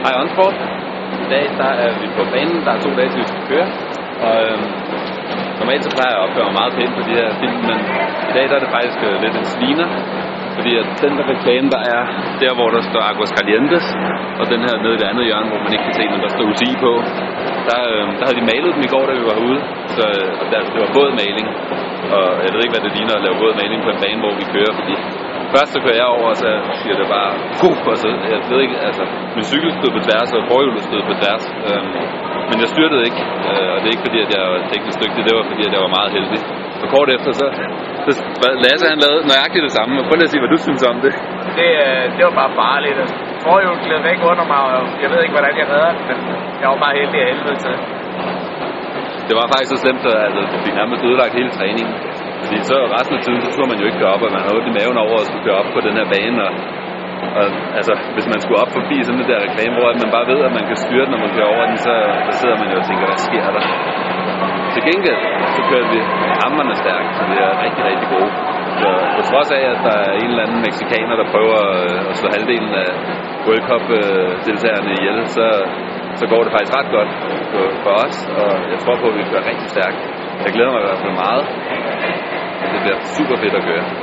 Hej OnSport. I dag der er vi på banen. Der er 2 dage til vi skal køre. Og normalt så plejer jeg at opføre mig meget pænt på de her film, men i dag der er det faktisk lidt en sviner. Fordi at den der reklame, der er der, hvor der står Aguascalientes, og den her nede i det andet hjørne, hvor man ikke kan se, men der står UCI på, der havde de malet dem i går, da vi var herude. Så det var bådmaling. Og jeg ved ikke, hvad det ligner at lave bådmaling på en bane, hvor vi kører, fordi først så kører jeg over, og så siger det bare og så jeg ved ikke, altså min cykel stod på tværs, og forhjulet stod på tværs. Men jeg styrtede ikke, og det er ikke fordi, at jeg var teknisk dygtig, det var fordi, at jeg var meget heldig. Og kort efter, så Lasse han lavede nøjagtigt det samme. Prøv lige at sige, hvad du synes om det. Det var bare farligt. Forhjulet gled væk under mig, og jeg ved ikke, hvordan jeg redder den, men jeg var bare heldig af helvede til. Det var faktisk så slemt, at det fik nærmest ødelagt hele træningen. Fordi så resten af tiden, så skulle man jo ikke køre op, og man havde ondt i maven over at skulle køre op på den her bane. Og altså, hvis man skulle op forbi sådan det der reklame, hvor man bare ved, at man kan styre den, når man kører over den, så sidder man jo og tænker, hvad sker der? Til gengæld, så kører vi hamrende stærkt, så det er rigtig, rigtig gode. Så på trods af, at der er en eller anden mexikaner, der prøver at slå halvdelen af World Cup-deltagerne ihjel, så går det faktisk ret godt for os, og jeg tror på, at vi kører rigtig stærkt. Jeg glæder mig i hvert fald meget. Det bliver super fedt at køre.